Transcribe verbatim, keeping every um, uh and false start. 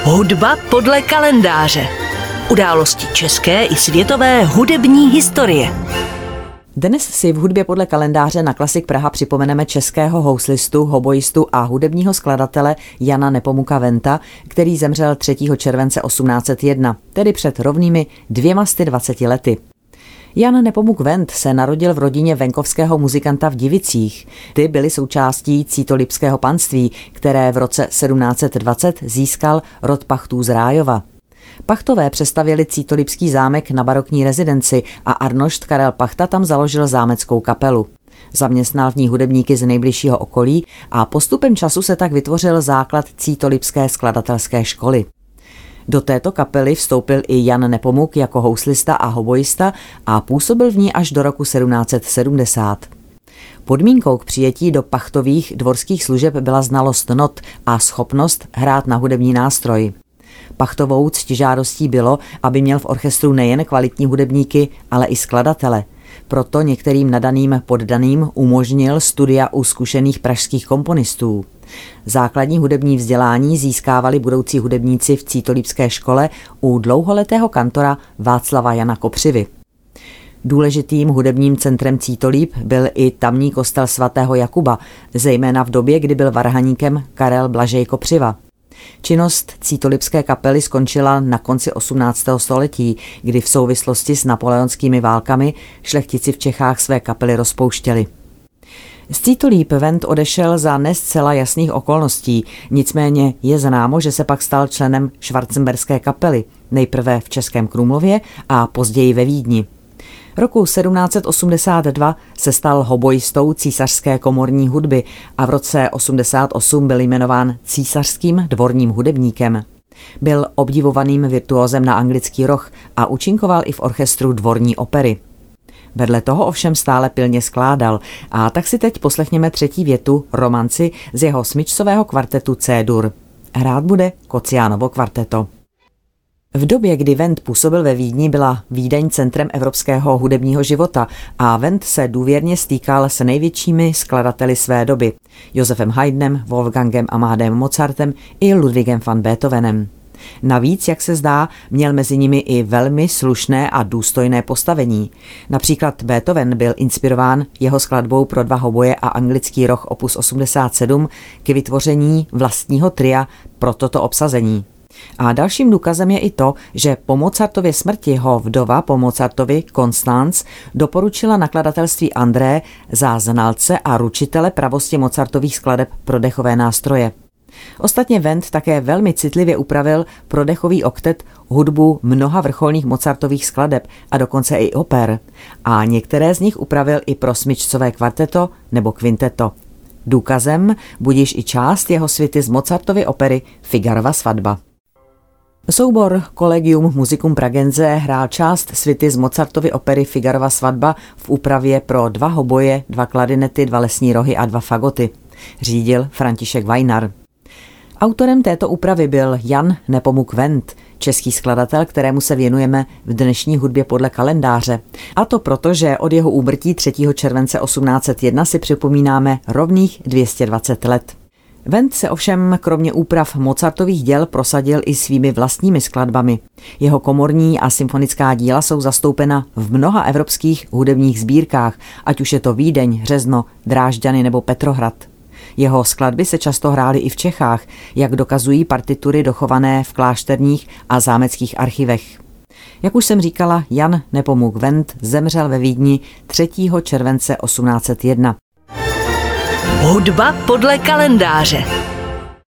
Hudba podle kalendáře. Události české i světové hudební historie. Dnes si v hudbě podle kalendáře na Klasik Praha připomeneme českého houslistu, hoboistu a hudebního skladatele Jana Nepomuka Venta, který zemřel třetího července osmnáct set jedna, tedy před rovnými dvěma sty dvaceti lety. Jan Nepomuk Vent se narodil v rodině venkovského muzikanta v Divicích. Ty byly součástí Cítolipského panství, které v roce sedmnáct set dvacet získal rod Pachtů z Rájova. Pachtové přestavěli Cítolipský zámek na barokní rezidenci a Arnošt Karel Pachta tam založil zámeckou kapelu. Zaměstnal v ní hudebníky z nejbližšího okolí a postupem času se tak vytvořil základ Cítolipské skladatelské školy. Do této kapely vstoupil i Jan Nepomuk jako houslista a hoboista a působil v ní až do roku sedmnáct set sedmdesát. Podmínkou k přijetí do pachtových dvorských služeb byla znalost not a schopnost hrát na hudební nástroj. Pachtovou ctižádostí bylo, aby měl v orchestru nejen kvalitní hudebníky, ale i skladatele. Proto některým nadaným poddaným umožnil studia u zkušených pražských komponistů. Základní hudební vzdělání získávali budoucí hudebníci v Cítolipské škole u dlouholetého kantora Václava Jana Kopřivy. Důležitým hudebním centrem Cítolíp byl i tamní kostel svatého Jakuba, zejména v době, kdy byl varhaníkem Karel Blažej Kopřiva. Činnost Cítolipské kapely skončila na konci osmnáctého století, kdy v souvislosti s napoleonskými válkami šlechtici v Čechách své kapely rozpouštěli. Z Cítolíp Vent odešel za ne zcela jasných okolností, nicméně je známo, že se pak stal členem Schwarzenberské kapely, nejprve v Českém Krumlově a později ve Vídni. Roku sedmnáct set osmdesát dva se stal hoboistou císařské komorní hudby a v roce osmdesát osm byl jmenován císařským dvorním hudebníkem. Byl obdivovaným virtuózem na anglický roh a účinkoval i v orchestru dvorní opery. Vedle toho ovšem stále pilně skládal a tak si teď poslechněme třetí větu romanci z jeho smyčcového kvartetu C-dur. Hrát bude Kociánovo kvarteto. V době, kdy Vent působil ve Vídni, byla Vídeň centrem evropského hudebního života a Vent se důvěrně stýkal s největšími skladateli své doby, Josefem Haydnem, Wolfgangem Amadem Mozartem i Ludwigem van Beethovenem. Navíc, jak se zdá, měl mezi nimi i velmi slušné a důstojné postavení. Například Beethoven byl inspirován jeho skladbou pro dva hoboje a anglický roh opus osmdesát sedm k vytvoření vlastního tria pro toto obsazení. A dalším důkazem je i to, že po Mozartově smrti ho vdova po Mozartovi Constance doporučila nakladatelství André za znalce a ručitele pravosti Mozartových skladeb pro dechové nástroje. Ostatně Vent také velmi citlivě upravil pro dechový oktet hudbu mnoha vrcholných Mozartových skladeb a dokonce i oper. A některé z nich upravil i pro smyčcové kvarteto nebo kvinteto. Důkazem budiž i část jeho svity z Mozartovy opery Figarova svatba. Soubor Collegium Musicum Pragense hrál část svity z Mozartovy opery Figarova svatba v úpravě pro dva hoboje, dva klarinety, dva lesní rohy a dva fagoty. Řídil František Vajnar. Autorem této úpravy byl Jan Nepomuk Vent, český skladatel, kterému se věnujeme v dnešní hudbě podle kalendáře. A to proto, že od jeho úmrtí třetího července osmnáct set jedna si připomínáme rovných dvě stě dvacet let. Vent se ovšem kromě úprav Mozartových děl prosadil i svými vlastními skladbami. Jeho komorní a symfonická díla jsou zastoupena v mnoha evropských hudebních sbírkách, ať už je to Vídeň, Řezno, Drážďany nebo Petrohrad. Jeho skladby se často hrály i v Čechách, jak dokazují partitury dochované v klášterních a zámeckých archivech. Jak už jsem říkala, Jan Nepomuk Vent zemřel ve Vídni třetího července osmnáct set jedna. Hudba podle kalendáře.